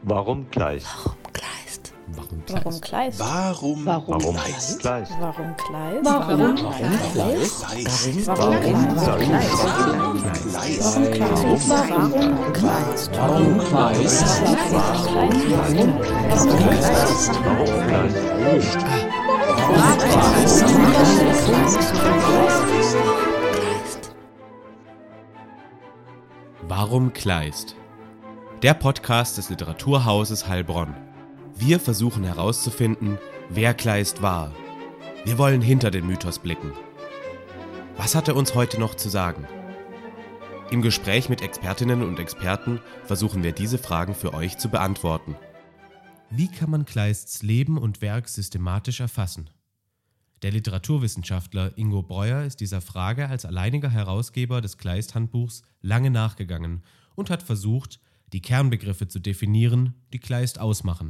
Warum Kleist? Warum Kleist? Warum Kleist? Warum Kleist? Warum Warum Kleist? Kleist? Warum Kleist? Warum Kleist? Warum Kleist? Der Podcast des Literaturhauses Heilbronn. Wir versuchen herauszufinden, wer Kleist war. Wir wollen hinter den Mythos blicken. Was hat er uns heute noch zu sagen? Im Gespräch mit Expertinnen und Experten versuchen wir diese Fragen für euch zu beantworten. Wie kann man Kleists Leben und Werk systematisch erfassen? Der Literaturwissenschaftler Ingo Breuer ist dieser Frage als alleiniger Herausgeber des Kleist-Handbuchs lange nachgegangen und hat versucht, die Kernbegriffe zu definieren, die Kleist ausmachen.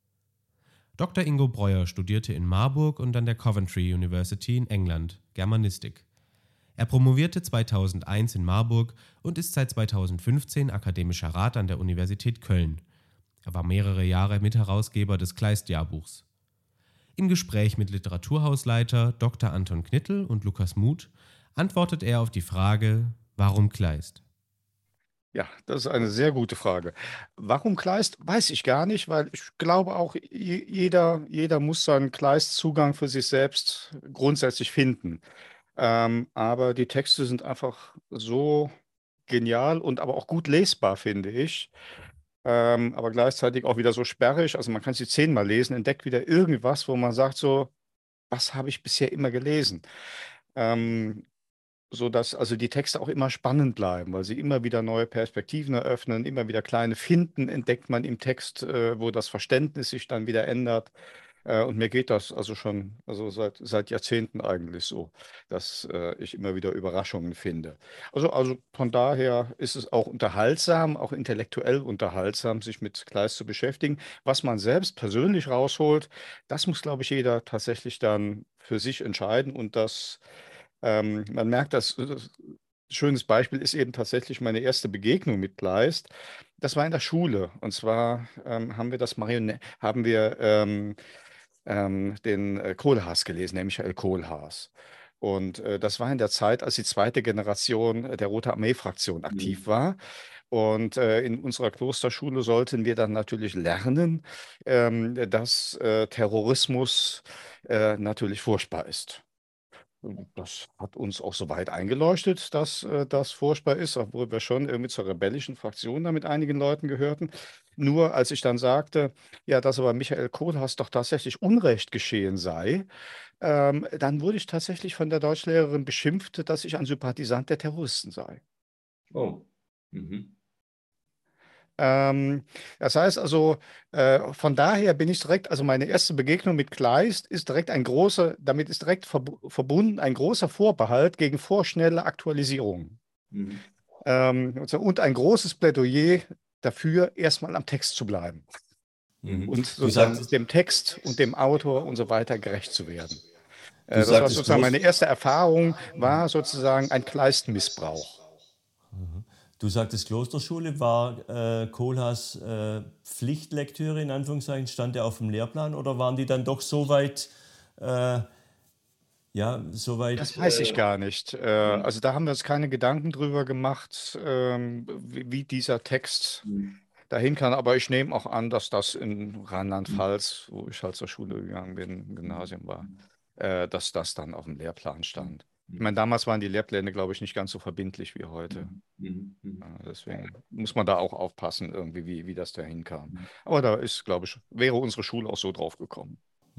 Dr. Ingo Breuer studierte in Marburg und an der Coventry University in England Germanistik. Er promovierte 2001 in Marburg und ist seit 2015 akademischer Rat an der Universität Köln. Er war mehrere Jahre Mitherausgeber des Kleist-Jahrbuchs. Im Gespräch mit Literaturhausleiter Dr. Anton Knittel und Lukas Muth antwortet er auf die Frage, warum Kleist? Ja, das ist eine sehr gute Frage. Warum Kleist, weiß ich gar nicht, weil ich glaube auch, jeder muss seinen Kleist-Zugang für sich selbst grundsätzlich finden. Aber die Texte sind einfach so genial und aber auch gut lesbar, finde ich. Aber gleichzeitig auch wieder so sperrig. Also man kann sie 10-mal lesen, entdeckt wieder irgendwas, wo man sagt so, was habe ich bisher immer gelesen? Ähm, Sodass also die Texte auch immer spannend bleiben, weil sie immer wieder neue Perspektiven eröffnen, immer wieder kleine Finden entdeckt man im Text, wo das Verständnis sich dann wieder ändert. Und mir geht das also schon also seit Jahrzehnten eigentlich so, dass ich immer wieder Überraschungen finde. Also von daher ist es auch unterhaltsam, auch intellektuell unterhaltsam, sich mit Kleist zu beschäftigen. Was man selbst persönlich rausholt, das muss, glaube ich, jeder tatsächlich dann für sich entscheiden und man merkt, dass schönes Beispiel ist eben tatsächlich meine erste Begegnung mit Kleist. Das war in der Schule. Und zwar haben wir den Kohlhaas gelesen, der Michael Kohlhaas. Und das war in der Zeit, als die zweite Generation der Rote Armee-Fraktion aktiv war. Und in unserer Klosterschule sollten wir dann natürlich lernen, dass Terrorismus natürlich furchtbar ist. Das hat uns auch so weit eingeleuchtet, dass das furchtbar ist, obwohl wir schon irgendwie zur rebellischen Fraktion da mit einigen Leuten gehörten. Nur als ich dann sagte, ja, dass aber Michael Kohlhaas doch tatsächlich Unrecht geschehen sei, dann wurde ich tatsächlich von der Deutschlehrerin beschimpft, dass ich ein Sympathisant der Terroristen sei. Oh. Mhm. Das heißt also, von daher bin ich direkt, also meine erste Begegnung mit Kleist ist direkt damit ist direkt verbunden ein großer Vorbehalt gegen vorschnelle Aktualisierungen. Mhm. Und ein großes Plädoyer dafür, erstmal am Text zu bleiben Mhm. und Du sozusagen sagst, dem Text und dem Autor und so weiter gerecht zu werden. du Das war sagtest sozusagen bloß, meine erste Erfahrung, war sozusagen ein Kleist-Missbrauch. du sagtest Klosterschule, war Kohlhaas Pflichtlektüre in Anführungszeichen, stand er auf dem Lehrplan oder waren die dann doch so weit, Das weiß ich gar nicht. Also da haben wir uns keine Gedanken drüber gemacht, wie dieser Text dahin kann. Aber ich nehme auch an, dass das in Rheinland-Pfalz, wo ich halt zur Schule gegangen bin, Gymnasium war, dass das dann auf dem Lehrplan stand. Ich meine, damals waren die Lehrpläne, glaube ich, nicht ganz so verbindlich wie heute. Deswegen muss man da auch aufpassen, irgendwie, wie das dahin kam. Aber da ist, glaube ich, wäre unsere Schule auch so drauf gekommen.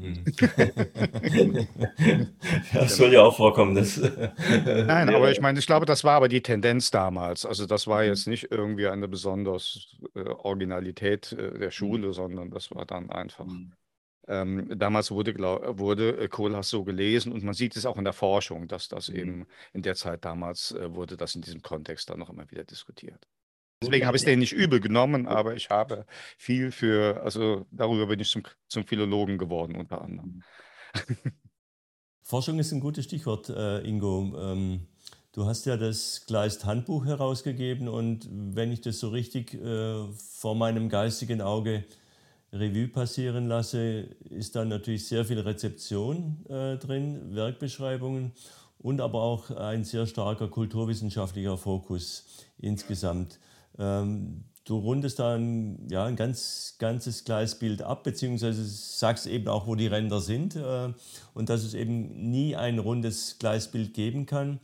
das soll ja auch vorkommen. Nein, aber ich meine, ich glaube, das war aber die Tendenz damals. Also das war jetzt nicht irgendwie eine besonders Originalität der Schule, sondern das war dann einfach. Damals wurde Kohlhaas so gelesen und man sieht es auch in der Forschung, dass das eben in der Zeit damals wurde das in diesem Kontext dann noch immer wieder diskutiert. Deswegen habe ich es denen nicht übel genommen, aber ich habe also darüber bin ich zum Philologen geworden unter anderem. Forschung ist ein gutes Stichwort, Ingo. Du hast ja das Kleist-Handbuch herausgegeben und wenn ich das so richtig vor meinem geistigen Auge Revue passieren lasse, ist da natürlich sehr viel Rezeption drin, Werkbeschreibungen und aber auch ein sehr starker kulturwissenschaftlicher Fokus insgesamt. Du rundest da ein ganzes Gleisbild ab, beziehungsweise sagst eben auch, wo die Ränder sind und dass es eben nie ein rundes Gleisbild geben kann.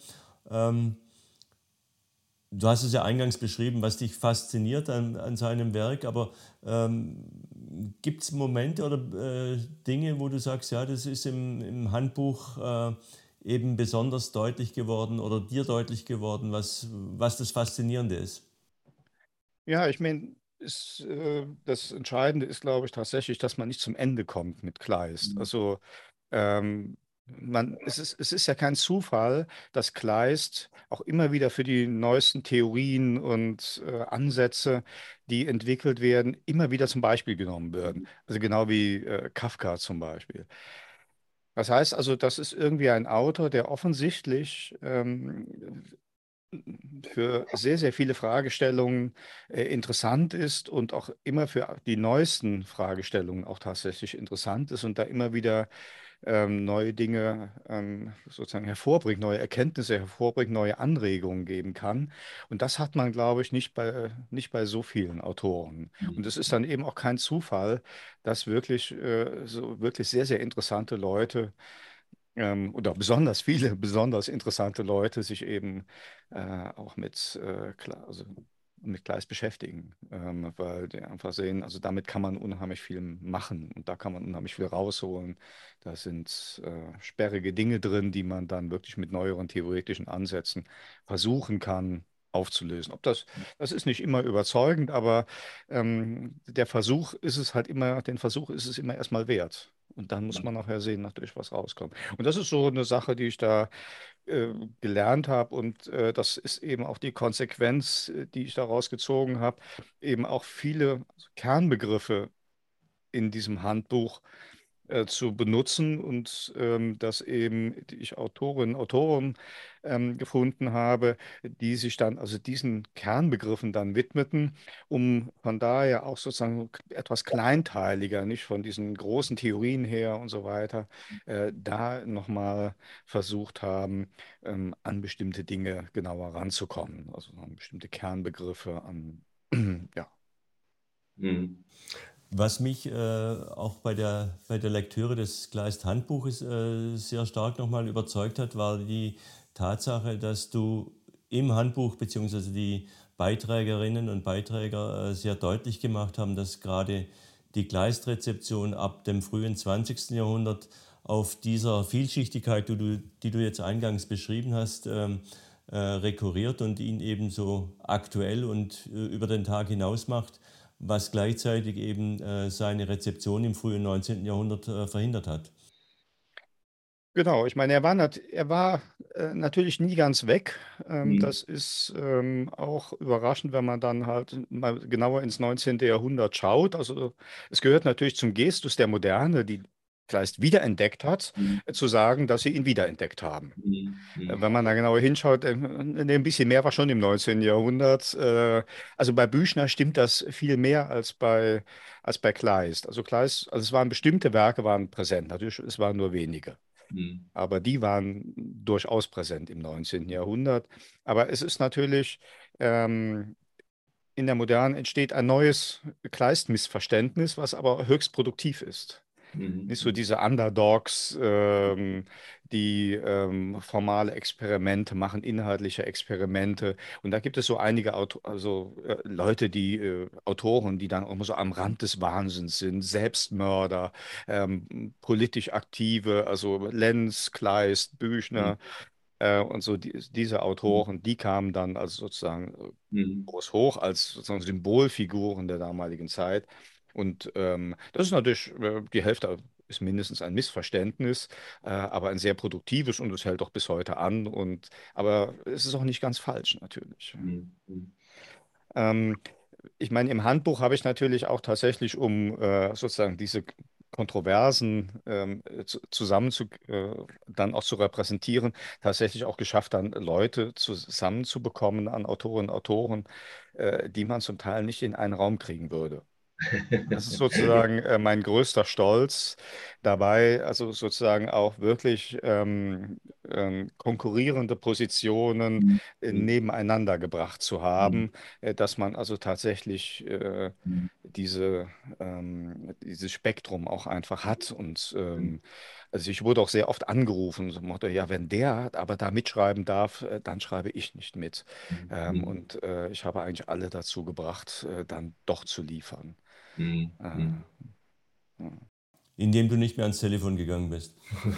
Du hast es ja eingangs beschrieben, was dich fasziniert an seinem Werk, aber gibt es Momente oder Dinge, wo du sagst, ja, das ist im Handbuch eben besonders deutlich geworden oder dir deutlich geworden, was das Faszinierende ist? Ja, ich meine, das Entscheidende ist, glaube ich, tatsächlich, dass man nicht zum Ende kommt mit Kleist. Also ähm, es ist ja kein Zufall, dass Kleist auch immer wieder für die neuesten Theorien und Ansätze, die entwickelt werden, immer wieder zum Beispiel genommen werden. Also genau wie Kafka zum Beispiel. Das heißt also, das ist irgendwie ein Autor, der offensichtlich für sehr, sehr viele Fragestellungen interessant ist und auch immer für die neuesten Fragestellungen auch tatsächlich interessant ist und da immer wieder neue Dinge sozusagen hervorbringt, neue Erkenntnisse hervorbringt, neue Anregungen geben kann. Und das hat man, glaube ich, nicht bei so vielen Autoren. Und es ist dann eben auch kein Zufall, dass wirklich so wirklich sehr, sehr interessante Leute oder besonders viele besonders interessante Leute sich eben auch also mit Gleis beschäftigen, weil die einfach sehen, also damit kann man unheimlich viel machen und da kann man unheimlich viel rausholen. Da sind sperrige Dinge drin, die man dann wirklich mit neueren theoretischen Ansätzen versuchen kann aufzulösen. Das ist nicht immer überzeugend, aber der Versuch ist es halt immer, den Versuch ist es immer erstmal wert. Und dann muss man nachher sehen, natürlich, was rauskommt. Und das ist so eine Sache, die ich da äh, gelernt habe. Und das ist eben auch die Konsequenz, die ich daraus gezogen habe, eben auch viele Kernbegriffe in diesem Handbuch zu benutzen und dass eben ich Autorinnen und Autoren gefunden habe, die sich dann also diesen Kernbegriffen dann widmeten, um von daher auch sozusagen etwas kleinteiliger, nicht von diesen großen Theorien her und so weiter, da nochmal versucht haben, an bestimmte Dinge genauer ranzukommen, also an bestimmte Kernbegriffe, an ja. Mhm. Was mich auch bei der Lektüre des Kleist-Handbuches sehr stark nochmal überzeugt hat, war die Tatsache, dass du im Handbuch bzw. die Beiträgerinnen und Beiträger sehr deutlich gemacht haben, dass gerade die Kleist-Rezeption ab dem frühen 20. Jahrhundert auf dieser Vielschichtigkeit, die du jetzt eingangs beschrieben hast, rekurriert und ihn eben so aktuell und über den Tag hinaus macht, was gleichzeitig eben seine Rezeption im frühen 19. Jahrhundert verhindert hat. Genau, ich meine, er war natürlich nie ganz weg. Das ist auch überraschend, wenn man dann halt mal genauer ins 19. Jahrhundert schaut. Also es gehört natürlich zum Gestus der Moderne, die Kleist wiederentdeckt hat, zu sagen, dass sie ihn wiederentdeckt haben. Wenn man da genauer hinschaut, ein bisschen mehr war schon im 19. Jahrhundert. Also bei Büchner stimmt das viel mehr als bei Kleist. Also Kleist, also es waren bestimmte Werke waren präsent, natürlich, es waren nur wenige. Aber die waren durchaus präsent im 19. Jahrhundert. Aber es ist natürlich, ähm, in der Moderne entsteht ein neues Kleist-Missverständnis, was aber höchst produktiv ist. Nicht so diese Underdogs, die formale Experimente machen, inhaltliche Experimente. Und da gibt es so einige Leute, Autoren, die dann auch immer so am Rand des Wahnsinns sind, Selbstmörder, politisch Aktive, also Lenz, Kleist, Büchner. Und so diese Autoren, die kamen dann also sozusagen groß hoch als sozusagen Symbolfiguren der damaligen Zeit. Und das ist natürlich, die Hälfte ist mindestens ein Missverständnis, aber ein sehr produktives und es hält auch bis heute an. Aber es ist auch nicht ganz falsch, natürlich. Ähm, Ich meine, im Handbuch habe ich natürlich auch tatsächlich, um sozusagen diese Kontroversen dann auch zu repräsentieren, tatsächlich auch geschafft, dann Leute zusammenzubekommen an Autorinnen und Autoren, die man zum Teil nicht in einen Raum kriegen würde. Das ist sozusagen mein größter Stolz dabei, also sozusagen auch wirklich konkurrierende Positionen nebeneinander gebracht zu haben, dass man also tatsächlich diese, dieses Spektrum auch einfach hat. Und also ich wurde auch sehr oft angerufen, so Motto, ja, wenn der aber da mitschreiben darf, dann schreibe ich nicht mit. Und ich habe eigentlich alle dazu gebracht, dann doch zu liefern. Ja. Indem du nicht mehr ans Telefon gegangen bist.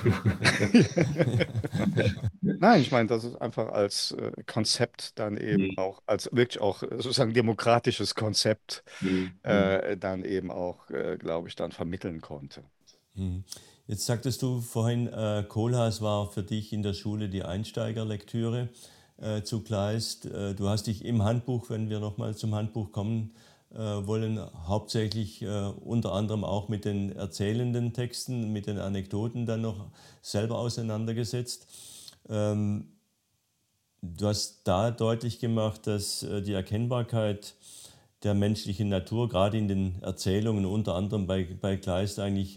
Nein, ich meine, das ist einfach als Konzept dann eben auch, als wirklich auch sozusagen demokratisches Konzept dann eben auch, glaube ich, dann vermitteln konnte. Jetzt sagtest du vorhin, Kohlhaas war für dich in der Schule die Einsteigerlektüre zu Kleist. Du hast dich im Handbuch, wenn wir nochmal zum Handbuch kommen wollen, hauptsächlich unter anderem auch mit den erzählenden Texten, mit den Anekdoten dann noch selber auseinandergesetzt. Du hast da deutlich gemacht, dass die Erkennbarkeit der menschlichen Natur, gerade in den Erzählungen, unter anderem bei Kleist, eigentlich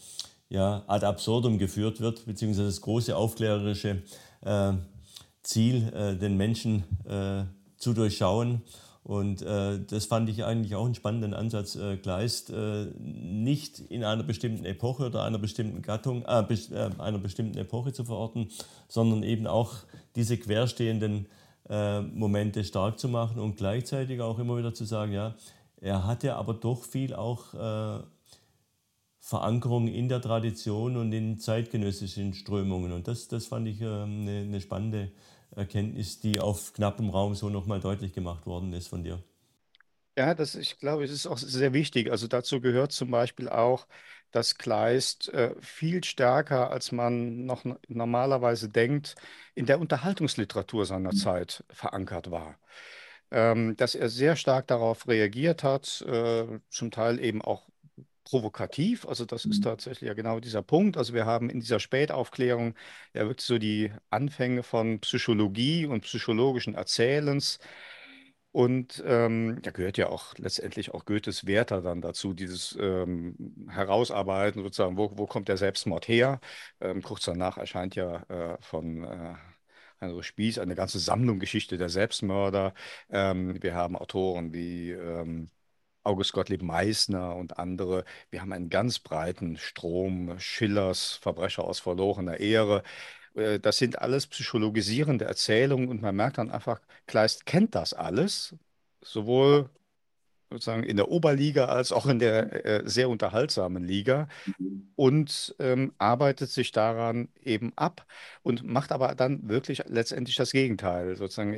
ad absurdum geführt wird, beziehungsweise das große aufklärerische Ziel, den Menschen zu durchschauen. Und das fand ich eigentlich auch einen spannenden Ansatz, Kleist nicht in einer bestimmten Epoche oder einer bestimmten Gattung, einer bestimmten Epoche zu verorten, sondern eben auch diese querstehenden Momente stark zu machen und gleichzeitig auch immer wieder zu sagen, ja, er hatte aber doch viel auch Verankerung in der Tradition und in zeitgenössischen Strömungen. Und das fand ich eine spannende Erkenntnis, die auf knappem Raum so nochmal deutlich gemacht worden ist von dir. Ja, ich glaube, es ist auch sehr wichtig. Also dazu gehört zum Beispiel auch, dass Kleist viel stärker, als man noch normalerweise denkt, in der Unterhaltungsliteratur seiner Zeit verankert war. Dass er sehr stark darauf reagiert hat, zum Teil eben auch provokativ. Also das ist tatsächlich ja genau dieser Punkt. Also wir haben in dieser Spätaufklärung ja wirklich so die Anfänge von Psychologie und psychologischen Erzählens. Und da gehört ja auch letztendlich auch Goethes Werther dann dazu, dieses Herausarbeiten, sozusagen, wo kommt der Selbstmord her? Kurz danach erscheint ja von Heinrich Spieß eine ganze Sammlung Geschichte der Selbstmörder. Wir haben Autoren wie August Gottlieb Meissner und andere. Wir haben einen ganz breiten Strom, Schillers Verbrecher aus verlorener Ehre. Das sind alles psychologisierende Erzählungen und man merkt dann einfach, Kleist kennt das alles, sowohl sozusagen in der Oberliga als auch in der sehr unterhaltsamen Liga und arbeitet sich daran eben ab und macht aber dann wirklich letztendlich das Gegenteil. Sozusagen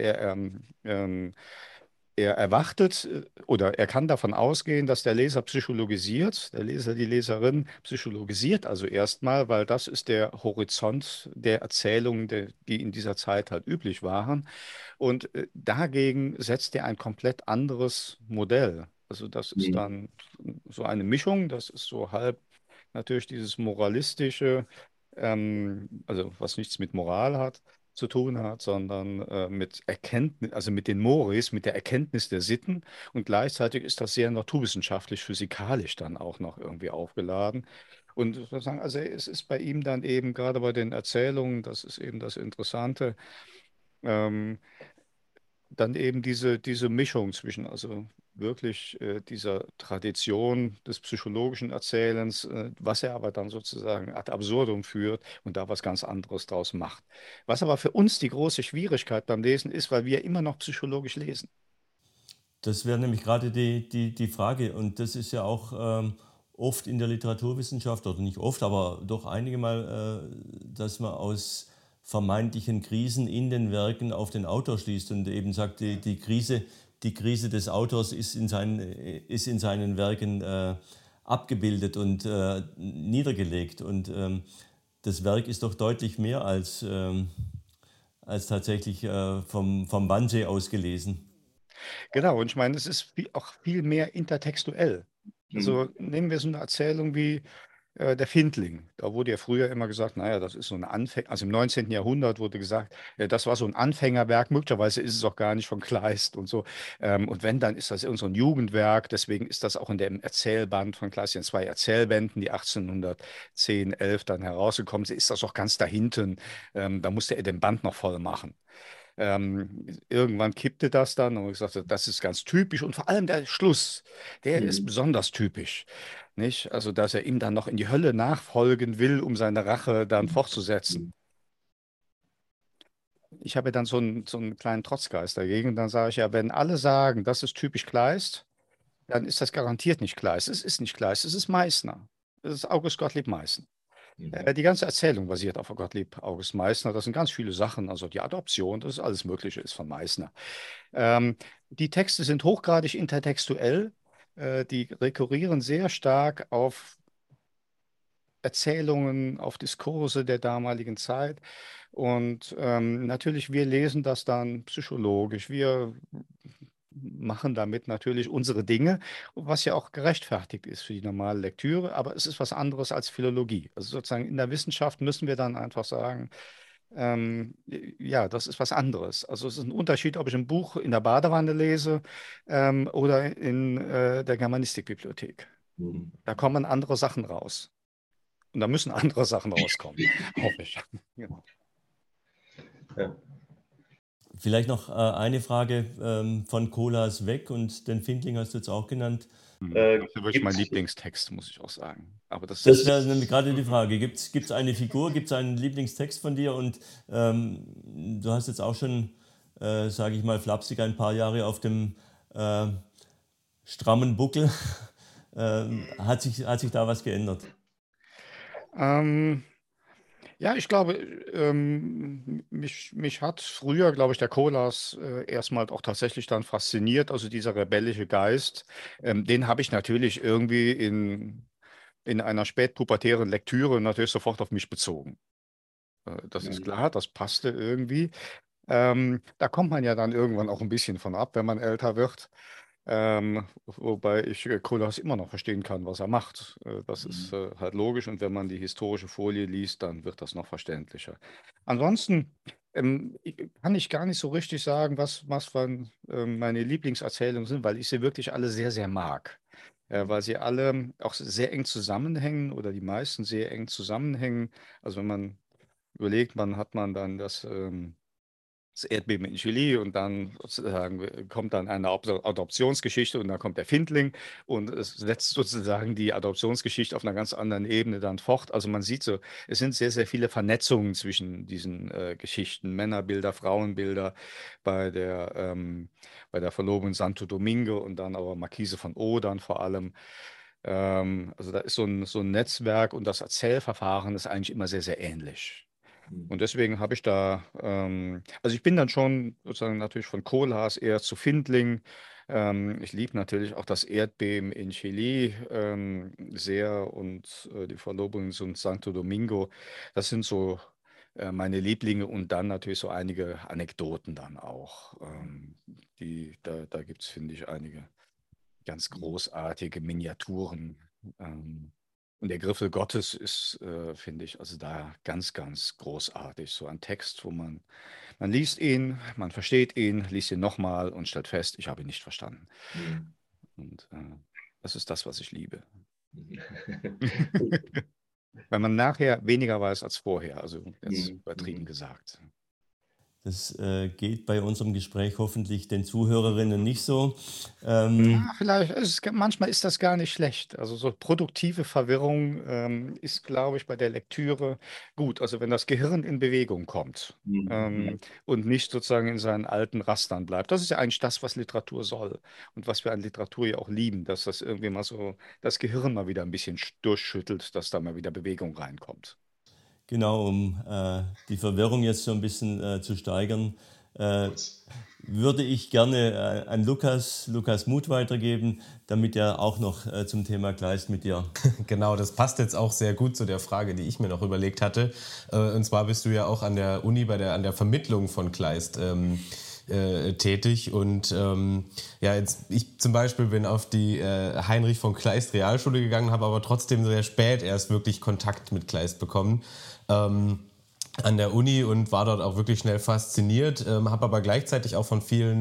er erwartet oder er kann davon ausgehen, dass der Leser psychologisiert, der Leser, die Leserin psychologisiert also erstmal, weil das ist der Horizont der Erzählungen, die in dieser Zeit halt üblich waren. Und dagegen setzt er ein komplett anderes Modell. Also das ist dann so eine Mischung, das ist so halb natürlich dieses moralistische, also was nichts mit Moral hat zu tun hat, sondern mit Erkenntnis, also mit den Moris, mit der Erkenntnis der Sitten und gleichzeitig ist das sehr naturwissenschaftlich, physikalisch dann auch noch irgendwie aufgeladen. Und sozusagen, also es ist bei ihm dann eben gerade bei den Erzählungen, das ist eben das Interessante, ähm, dann eben diese Mischung zwischen, also wirklich dieser Tradition des psychologischen Erzählens, was er aber dann sozusagen ad absurdum führt und da was ganz anderes draus macht. Was aber für uns die große Schwierigkeit beim Lesen ist, weil wir immer noch psychologisch lesen. Das wäre nämlich gerade die Frage. Und das ist ja auch oft in der Literaturwissenschaft, oder nicht oft, aber doch einige Mal, dass man aus vermeintlichen Krisen in den Werken auf den Autor schließt und eben sagt, die Krise des Autors ist in seinen Werken abgebildet und niedergelegt. Und das Werk ist doch deutlich mehr als tatsächlich vom Wannsee aus gelesen. Genau, und ich meine, es ist auch viel mehr intertextuell. Also nehmen wir so eine Erzählung wie der Findling. Da wurde ja früher immer gesagt, naja, das ist so ein Anfänger, also im 19. Jahrhundert wurde gesagt, das war so ein Anfängerwerk, möglicherweise ist es auch gar nicht von Kleist und so. Und wenn, dann ist das irgend so ein Jugendwerk, deswegen ist das auch in dem Erzählband von Kleist, in 2 Erzählbänden, die 1810, 11 dann herausgekommen sind, ist das auch ganz da hinten. Da musste er den Band noch voll machen. Irgendwann kippte das dann und ich sagte, das ist ganz typisch und vor allem der Schluss, der ist besonders typisch, nicht? Also, dass er ihm dann noch in die Hölle nachfolgen will, um seine Rache dann fortzusetzen. Ich habe ja dann so einen kleinen Trotzgeist dagegen und dann sage ich ja, wenn alle sagen, das ist typisch Kleist, dann ist das garantiert nicht Kleist. Es ist nicht Kleist, es ist Meißner. Es ist August Gottlieb Meißner. Die ganze Erzählung basiert auf Gottlieb August Meißner. Das sind ganz viele Sachen, also die Adoption, das ist alles Mögliche, ist von Meißner. Die Texte sind hochgradig intertextuell. Die rekurrieren sehr stark auf Erzählungen, auf Diskurse der damaligen Zeit. Und natürlich, wir lesen das dann psychologisch. Wir machen damit natürlich unsere Dinge, was ja auch gerechtfertigt ist für die normale Lektüre, aber es ist was anderes als Philologie. Also sozusagen in der Wissenschaft müssen wir dann einfach sagen, ja, das ist was anderes. Also es ist ein Unterschied, ob ich ein Buch in der Badewanne lese oder in der Germanistikbibliothek. Da kommen andere Sachen raus. Und da müssen andere Sachen rauskommen, hoffe ich. Genau. Ja. Vielleicht noch eine Frage von Kohlhaas weg und den Findling hast du jetzt auch genannt. Das ist wirklich mein Lieblingstext, muss ich auch sagen. Aber das wäre nämlich gerade die Frage. Gibt es eine Figur, gibt es einen Lieblingstext von dir? Und du hast jetzt auch schon, sage ich mal, flapsig ein paar Jahre auf dem strammen Buckel. Hat sich da was geändert? Ja, ich glaube, mich hat früher, glaube ich, der Kohlhaas erstmal auch tatsächlich dann fasziniert. Also dieser rebellische Geist, den habe ich natürlich irgendwie in einer spätpubertären Lektüre natürlich sofort auf mich bezogen. Das ist klar, das passte irgendwie. Da kommt man ja dann irgendwann auch ein bisschen von ab, wenn man älter wird. Wobei ich Kohlhaas immer noch verstehen kann, was er macht. Das ist halt logisch und wenn man die historische Folie liest, dann wird das noch verständlicher. Ansonsten kann ich gar nicht so richtig sagen, was von meine Lieblingserzählungen sind, weil ich sie wirklich alle sehr, sehr mag. Weil sie alle auch sehr eng zusammenhängen oder die meisten sehr eng zusammenhängen. Also wenn man überlegt, hat man dann das Erdbeben in Chile und dann sozusagen kommt dann eine Adoptionsgeschichte und dann kommt der Findling und es setzt sozusagen die Adoptionsgeschichte auf einer ganz anderen Ebene dann fort. Also man sieht so, es sind sehr, sehr viele Vernetzungen zwischen diesen Geschichten, Männerbilder, Frauenbilder bei der Verlobung Santo Domingo und dann aber Marquise von O dann vor allem. Also da ist so ein Netzwerk und das Erzählverfahren ist eigentlich immer sehr, sehr ähnlich. Und deswegen habe ich da, also ich bin dann schon sozusagen natürlich von Kohlhaas eher zu Findling. Ich liebe natürlich auch das Erdbeben in Chile sehr und die Verlobung in Santo Domingo. Das sind so meine Lieblinge und dann natürlich so einige Anekdoten dann auch. Da gibt es, finde ich, einige ganz großartige Miniaturen. Und der Griffel Gottes ist, finde ich, also da ganz, ganz großartig. So ein Text, wo man liest ihn, man versteht ihn, liest ihn nochmal und stellt fest, ich habe ihn nicht verstanden. Und das ist das, was ich liebe. Weil man nachher weniger weiß als vorher, also jetzt übertrieben gesagt. Das geht bei unserem Gespräch hoffentlich den Zuhörerinnen nicht so. Vielleicht, manchmal ist das gar nicht schlecht. Also so produktive Verwirrung ist, glaube ich, bei der Lektüre gut. Also wenn das Gehirn in Bewegung kommt und nicht sozusagen in seinen alten Rastern bleibt. Das ist ja eigentlich das, was Literatur soll und was wir an Literatur ja auch lieben, dass das irgendwie mal so das Gehirn mal wieder ein bisschen durchschüttelt, dass da mal wieder Bewegung reinkommt. Genau, um die Verwirrung jetzt so ein bisschen zu steigern, würde ich gerne an Lukas Muth weitergeben, damit er auch noch zum Thema Kleist mit dir... Genau, das passt jetzt auch sehr gut zu der Frage, die ich mir noch überlegt hatte. Und zwar bist du ja auch an der Uni an der Vermittlung von Kleist tätig. Und ja, jetzt ich zum Beispiel bin auf die Heinrich von Kleist Realschule gegangen, habe aber trotzdem sehr spät erst wirklich Kontakt mit Kleist bekommen. An der Uni und war dort auch wirklich schnell fasziniert, habe aber gleichzeitig auch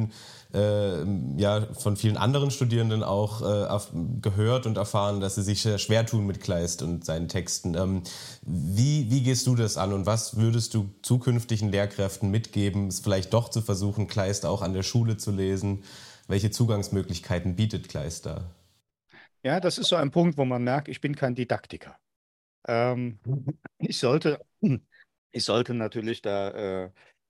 von vielen anderen Studierenden auch gehört und erfahren, dass sie sich sehr schwer tun mit Kleist und seinen Texten. Wie gehst du das an und was würdest du zukünftigen Lehrkräften mitgeben, es vielleicht doch zu versuchen, Kleist auch an der Schule zu lesen? Welche Zugangsmöglichkeiten bietet Kleist da? Ja, das ist so ein Punkt, wo man merkt, ich bin kein Didaktiker. Ähm, ich sollte, ich sollte natürlich da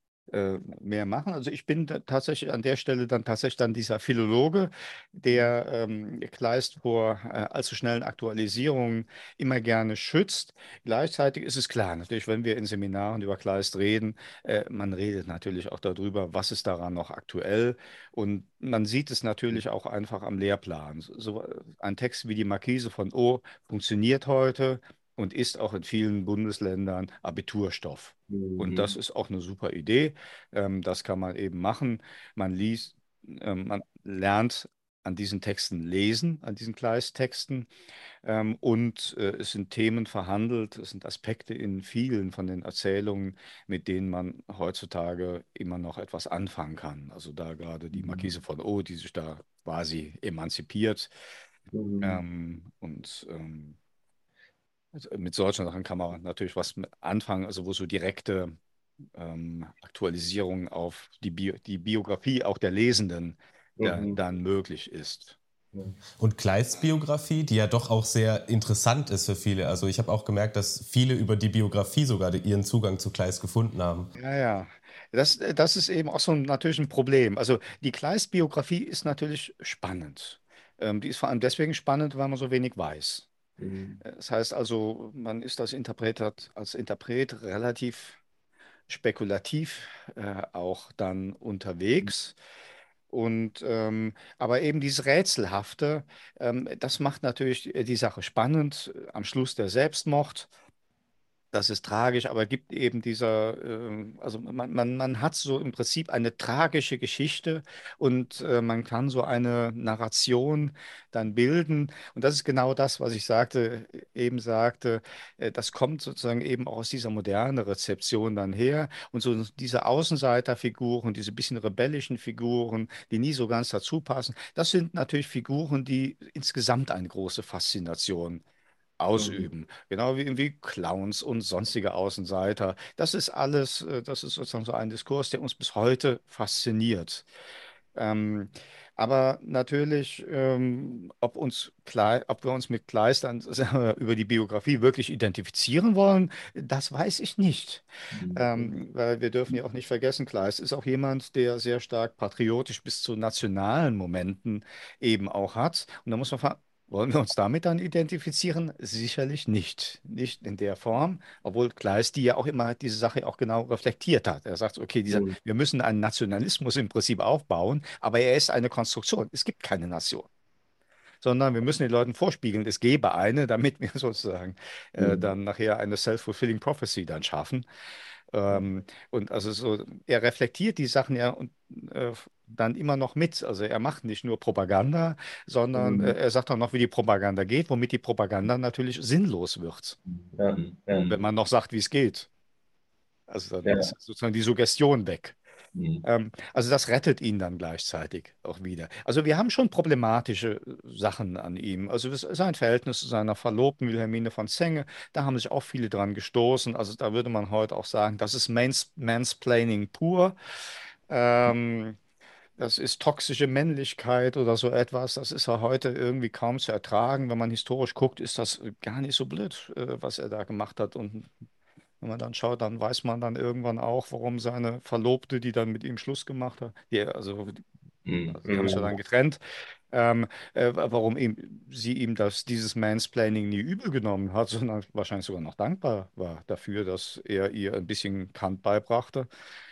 mehr machen. Also ich bin da tatsächlich an der Stelle dann tatsächlich dann dieser Philologe, der Kleist vor allzu schnellen Aktualisierungen immer gerne schützt. Gleichzeitig ist es klar, natürlich, wenn wir in Seminaren über Kleist reden, man redet natürlich auch darüber, was ist daran noch aktuell. Und man sieht es natürlich auch einfach am Lehrplan. So ein Text wie die Marquise von O funktioniert heute und ist auch in vielen Bundesländern Abiturstoff. Und das Mhm. ist auch eine super Idee. Das kann man eben machen. Man liest, man lernt an diesen Texten lesen, an diesen Kleist-Texten. Und es sind Themen verhandelt, es sind Aspekte in vielen von den Erzählungen, mit denen man heutzutage immer noch etwas anfangen kann. Also da gerade die Marquise von O, die sich da quasi emanzipiert. Mhm. Und also mit solchen Sachen kann man natürlich was mit anfangen, also wo so direkte Aktualisierung auf die Biografie auch der Lesenden Mhm. dann möglich ist. Und Kleists Biografie, die ja doch auch sehr interessant ist für viele. Also ich habe auch gemerkt, dass viele über die Biografie sogar ihren Zugang zu Kleist gefunden haben. Ja, ja. Das ist eben auch so natürlich ein Problem. Also die Kleist-Biografie ist natürlich spannend. Die ist vor allem deswegen spannend, weil man so wenig weiß. Mhm. Das heißt also, man ist als Interpret relativ spekulativ auch dann unterwegs. Aber eben dieses Rätselhafte, das macht natürlich die Sache spannend. Am Schluss der Selbstmord. Das ist tragisch, aber gibt eben also man hat so im Prinzip eine tragische Geschichte und man kann so eine Narration dann bilden. Und das ist genau das, was ich eben sagte, das kommt sozusagen eben auch aus dieser modernen Rezeption dann her. Und so diese Außenseiterfiguren, diese bisschen rebellischen Figuren, die nie so ganz dazu passen, das sind natürlich Figuren, die insgesamt eine große Faszination Mhm. ausüben. Genau wie Clowns und sonstige Außenseiter. Das ist sozusagen so ein Diskurs, der uns bis heute fasziniert. Ähm, aber natürlich, ob wir uns mit Kleist dann sagen wir, über die Biografie wirklich identifizieren wollen, das weiß ich nicht. Weil wir dürfen ja auch nicht vergessen, Kleist ist auch jemand, der sehr stark patriotisch bis zu nationalen Momenten eben auch hat. Und da muss man fragen, wollen wir uns damit dann identifizieren? Sicherlich nicht. Nicht in der Form, obwohl Kleist die ja auch immer diese Sache auch genau reflektiert hat. Er sagt, okay, Mhm. wir müssen einen Nationalismus im Prinzip aufbauen, aber er ist eine Konstruktion. Es gibt keine Nation, sondern wir müssen den Leuten vorspiegeln, es gäbe eine, damit wir sozusagen Mhm. dann nachher eine self-fulfilling prophecy dann schaffen. Und also so, er reflektiert die Sachen ja und dann immer noch mit. Also er macht nicht nur Propaganda, sondern Mhm. er sagt auch noch, wie die Propaganda geht, womit die Propaganda natürlich sinnlos wird, Ja, ja, wenn man noch sagt, wie es geht. Also dann ja. ist sozusagen die Suggestion weg. Mhm. Also das rettet ihn dann gleichzeitig auch wieder. Also wir haben schon problematische Sachen an ihm. Also sein Verhältnis zu seiner Verlobten Wilhelmine von Zenge, da haben sich auch viele dran gestoßen. Also da würde man heute auch sagen, das ist Mansplaining pur. Ähm, Das ist toxische Männlichkeit oder so etwas. Das ist ja heute irgendwie kaum zu ertragen. Wenn man historisch guckt, ist das gar nicht so blöd, was er da gemacht hat. Und wenn man dann schaut, dann weiß man dann irgendwann auch, warum seine Verlobte, die dann mit ihm Schluss gemacht hat, Mhm. also die haben sich ja Mhm. dann getrennt, ähm, warum sie ihm dieses Mansplaining nie übel genommen hat, sondern wahrscheinlich sogar noch dankbar war dafür, dass er ihr ein bisschen Kant beibrachte.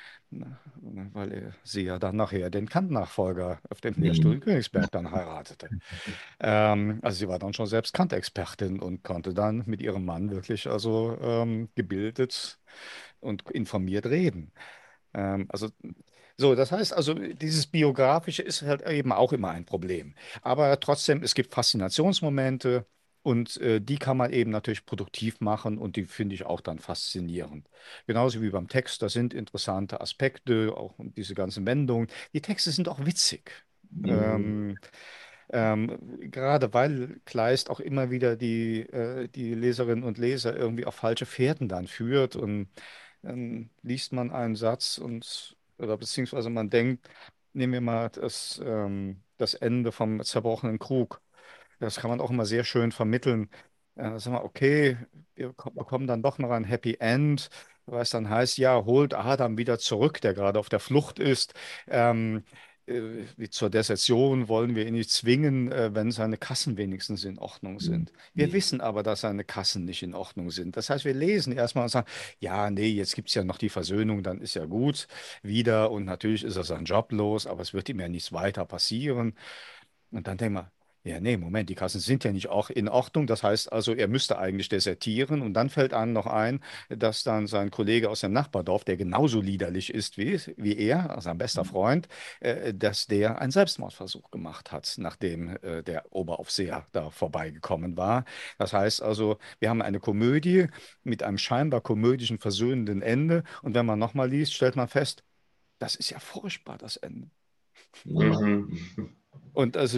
Weil sie ja dann nachher den Kant-Nachfolger auf dem Lehrstuhl Mhm. in Königsberg dann heiratete. Also sie war dann schon selbst Kant-Expertin und konnte dann mit ihrem Mann wirklich gebildet und informiert reden. Also So, das heißt also, dieses Biografische ist halt eben auch immer ein Problem. Aber trotzdem, es gibt Faszinationsmomente und die kann man eben natürlich produktiv machen und die finde ich auch dann faszinierend. Genauso wie beim Text, da sind interessante Aspekte, auch diese ganzen Wendungen. Die Texte sind auch witzig. Mhm. Ähm, Gerade weil Kleist auch immer wieder die Leserinnen und Leser irgendwie auf falsche Fährten dann führt und dann liest man einen Satz und oder beziehungsweise man denkt, nehmen wir mal das Ende vom zerbrochenen Krug. Das kann man auch immer sehr schön vermitteln. Sagen wir, okay, wir bekommen dann doch noch ein Happy End, was dann heißt, ja, holt Adam wieder zurück, der gerade auf der Flucht ist. Ähm, Wie zur Desertion wollen wir ihn nicht zwingen, wenn seine Kassen wenigstens in Ordnung sind. Wir Mhm. wissen aber, dass seine Kassen nicht in Ordnung sind. Das heißt, wir lesen erstmal und sagen, ja, nee, jetzt gibt es ja noch die Versöhnung, dann ist ja gut wieder und natürlich ist er sein Job los, aber es wird ihm ja nichts weiter passieren. Und dann denken wir, ja, nee, Moment, die Kassen sind ja nicht auch in Ordnung. Das heißt also, er müsste eigentlich desertieren. Und dann fällt einem noch ein, dass dann sein Kollege aus dem Nachbardorf, der genauso liederlich ist wie er, also sein bester Freund, dass der einen Selbstmordversuch gemacht hat, nachdem der Oberaufseher da vorbeigekommen war. Das heißt also, wir haben eine Komödie mit einem scheinbar komödischen, versöhnenden Ende. Und wenn man nochmal liest, stellt man fest, das ist ja furchtbar, das Ende. Mhm. Und also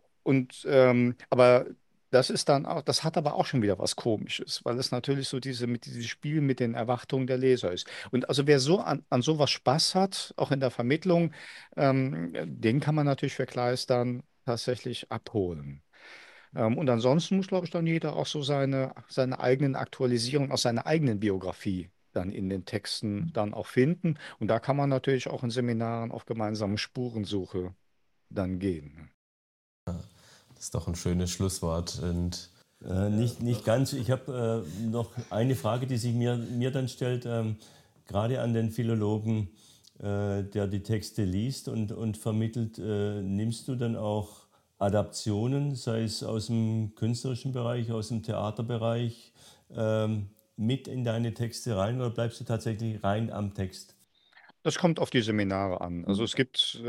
aber das ist dann auch, das hat aber auch schon wieder was Komisches, weil es natürlich so mit diesem Spiel mit den Erwartungen der Leser ist. Und also wer so an sowas Spaß hat, auch in der Vermittlung, den kann man natürlich für Kleist dann tatsächlich abholen. Und ansonsten muss, glaube ich, dann jeder auch so seine eigenen Aktualisierungen aus seiner eigenen Biografie dann in den Texten dann auch finden. Und da kann man natürlich auch in Seminaren auf gemeinsame Spurensuche dann gehen. Das ist doch ein schönes Schlusswort. Und Nicht ganz. Ich habe noch eine Frage, die sich mir dann stellt, gerade an den Philologen, der die Texte liest und vermittelt. Nimmst du dann auch Adaptionen, sei es aus dem künstlerischen Bereich, aus dem Theaterbereich, mit in deine Texte rein oder bleibst du tatsächlich rein am Text? Das kommt auf die Seminare an. Also es gibt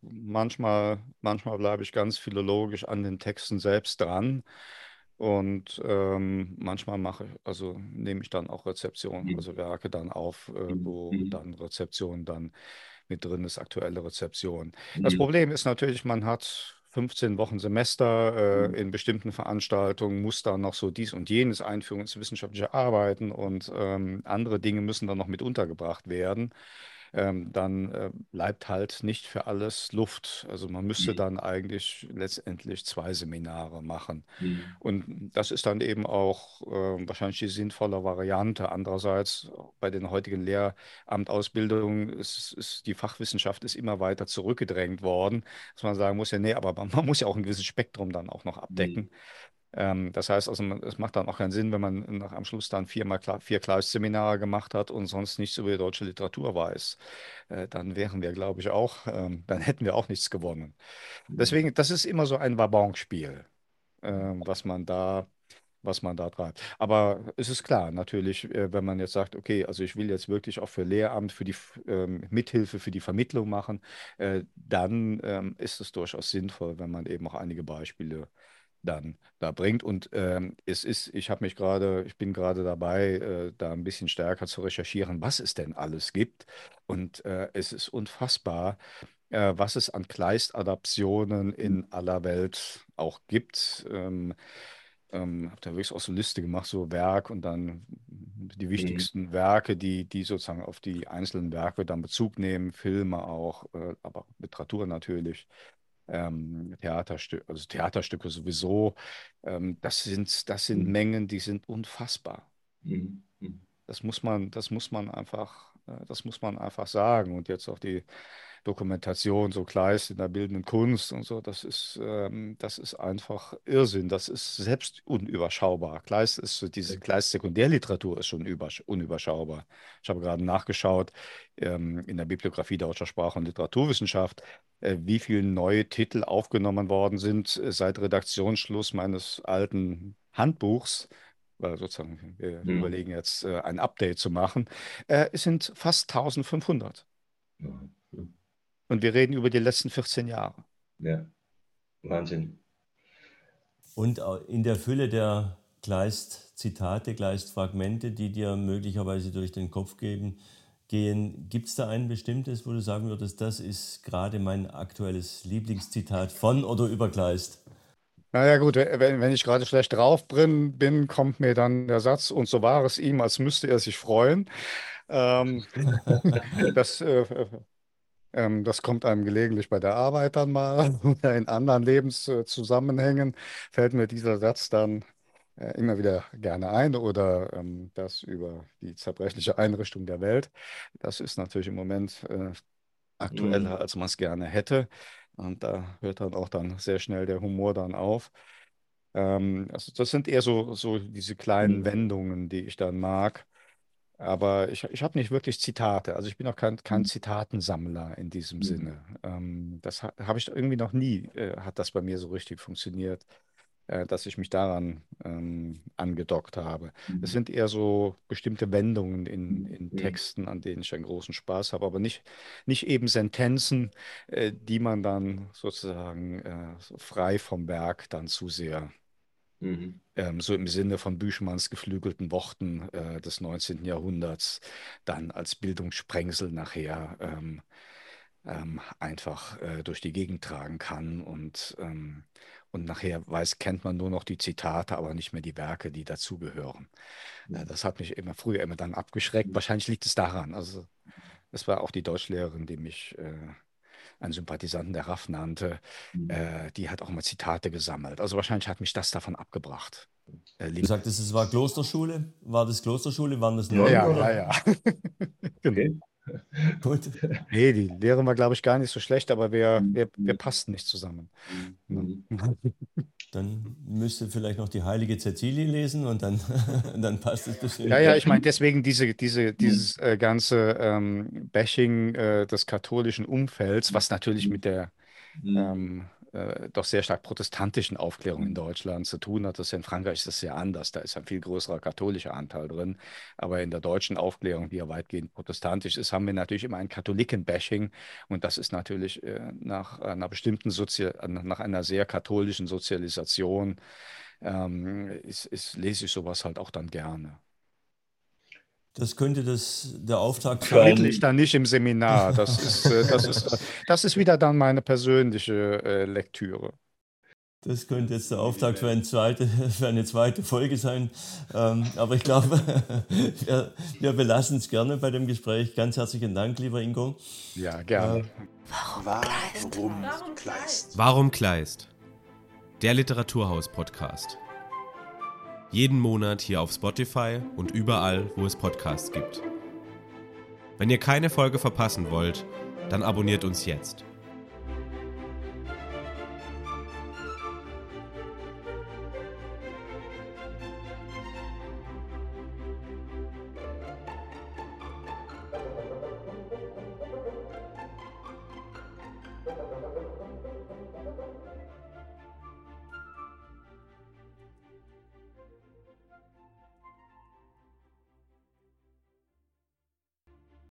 manchmal bleibe ich ganz philologisch an den Texten selbst dran und manchmal also nehme ich dann auch Rezeption, also Werke dann auf, wo dann Rezeption dann mit drin ist, aktuelle Rezeption. Das Problem ist natürlich, man hat 15 Wochen Semester in bestimmten Veranstaltungen, muss dann noch so dies und jenes einführen ins wissenschaftliche Arbeiten und andere Dinge müssen dann noch mit untergebracht werden. Dann bleibt halt nicht für alles Luft. Also man müsste dann eigentlich letztendlich zwei Seminare machen. Und das ist dann eben auch wahrscheinlich die sinnvolle Variante. Andererseits bei den heutigen Lehramtausbildungen ist die Fachwissenschaft ist immer weiter zurückgedrängt worden, dass man sagen muss, ja, nee, aber man muss ja auch ein gewisses Spektrum dann auch noch abdecken. Das heißt also, es macht dann auch keinen Sinn, wenn man nach am Schluss dann vier Kleist-Seminare gemacht hat und sonst nichts über die deutsche Literatur weiß. Dann wären wir, glaube ich, dann hätten wir auch nichts gewonnen. Deswegen, das ist immer so ein Wabonspiel, was was man da treibt. Aber es ist klar, natürlich, wenn man jetzt sagt, okay, also ich will jetzt wirklich auch für Lehramt, für die Mithilfe, für die Vermittlung machen, dann ist es durchaus sinnvoll, wenn man eben auch einige Beispiele dann da bringt. Und ich bin gerade dabei, da ein bisschen stärker zu recherchieren, was es denn alles gibt. Und es ist unfassbar, was es an Kleist-Adaptionen in aller Welt auch gibt. Habe da wirklich auch so eine Liste gemacht, so Werk und dann die wichtigsten Werke, die sozusagen auf die einzelnen Werke dann Bezug nehmen, Filme auch, aber Literatur natürlich, also Theaterstücke sowieso. Das sind Mengen, die sind unfassbar. Das muss man einfach sagen. Und jetzt auch die Dokumentation, so Kleist in der bildenden Kunst und so, das ist einfach Irrsinn. Das ist selbst unüberschaubar. Diese Kleist-Sekundärliteratur ist schon unüberschaubar. Ich habe gerade nachgeschaut, in der Bibliografie deutscher Sprache und Literaturwissenschaft, wie viele neue Titel aufgenommen worden sind seit Redaktionsschluss meines alten Handbuchs, weil sozusagen wir überlegen jetzt ein Update zu machen. Es sind fast 1500. Und wir reden über die letzten 14 Jahre. Ja, Wahnsinn. Und in der Fülle der Kleist-Zitate, Kleist-Fragmente, die dir möglicherweise durch den Kopf gehen, gibt es da ein bestimmtes, wo du sagen würdest, das ist gerade mein aktuelles Lieblingszitat von oder über Kleist? Naja gut, wenn ich gerade schlecht drauf bin, kommt mir dann der Satz, und so war es ihm, als müsste er sich freuen. Ähm, das, das kommt einem gelegentlich bei der Arbeit dann mal oder in anderen Lebenszusammenhängen fällt mir dieser Satz dann immer wieder gerne ein oder das über die zerbrechliche Einrichtung der Welt. Das ist natürlich im Moment aktueller, als man es gerne hätte. Und da hört dann auch dann sehr schnell der Humor dann auf. Also das sind eher so diese kleinen Wendungen, die ich dann mag. Aber ich habe nicht wirklich Zitate. Also ich bin auch kein Zitatensammler in diesem Sinne. Das habe ich irgendwie noch nie, hat das bei mir so richtig funktioniert, dass ich mich daran angedockt habe. Es sind eher so bestimmte Wendungen in Texten, an denen ich einen großen Spaß habe, aber nicht eben Sentenzen, die man dann sozusagen so frei vom Werk dann zu sehr so im Sinne von Büchmanns geflügelten Worten des 19. Jahrhunderts dann als Bildungssprengsel nachher einfach durch die Gegend tragen kann und nachher kennt man nur noch die Zitate, aber nicht mehr die Werke, die dazugehören. Das hat mich früher immer dann abgeschreckt. Wahrscheinlich liegt es daran. Also es war auch die Deutschlehrerin, die mich einen Sympathisanten der RAF nannte, die hat auch mal Zitate gesammelt. Also wahrscheinlich hat mich das davon abgebracht. Du sagtest, es war Klosterschule. War das Klosterschule? Waren das Nonnen? Ja. Okay. Gut. Nee, die Lehre war, glaube ich, gar nicht so schlecht, aber wir passten nicht zusammen. Dann müsste vielleicht noch die heilige Cäcilie lesen und dann passt es bestimmt. Ja, ich meine, deswegen dieses ganze Bashing des katholischen Umfelds, was natürlich mit der doch sehr stark protestantischen Aufklärung in Deutschland zu tun hat. In Frankreich ist das sehr anders. Da ist ein viel größerer katholischer Anteil drin. Aber in der deutschen Aufklärung, die ja weitgehend protestantisch ist, haben wir natürlich immer ein Katholiken-Bashing. Und das ist natürlich nach einer bestimmten nach einer sehr katholischen Sozialisation, lese ich sowas halt auch dann gerne. Das könnte der Auftakt vermittle ich dann nicht im Seminar. Das ist wieder dann meine persönliche Lektüre. Das könnte jetzt der Auftakt für eine zweite Folge sein. Aber ich glaube, wir belassen es gerne bei dem Gespräch. Ganz herzlichen Dank, lieber Ingo. Ja, gerne. Warum Kleist? Warum Kleist? Der Literaturhaus-Podcast. Jeden Monat hier auf Spotify und überall, wo es Podcasts gibt. Wenn ihr keine Folge verpassen wollt, dann abonniert uns jetzt.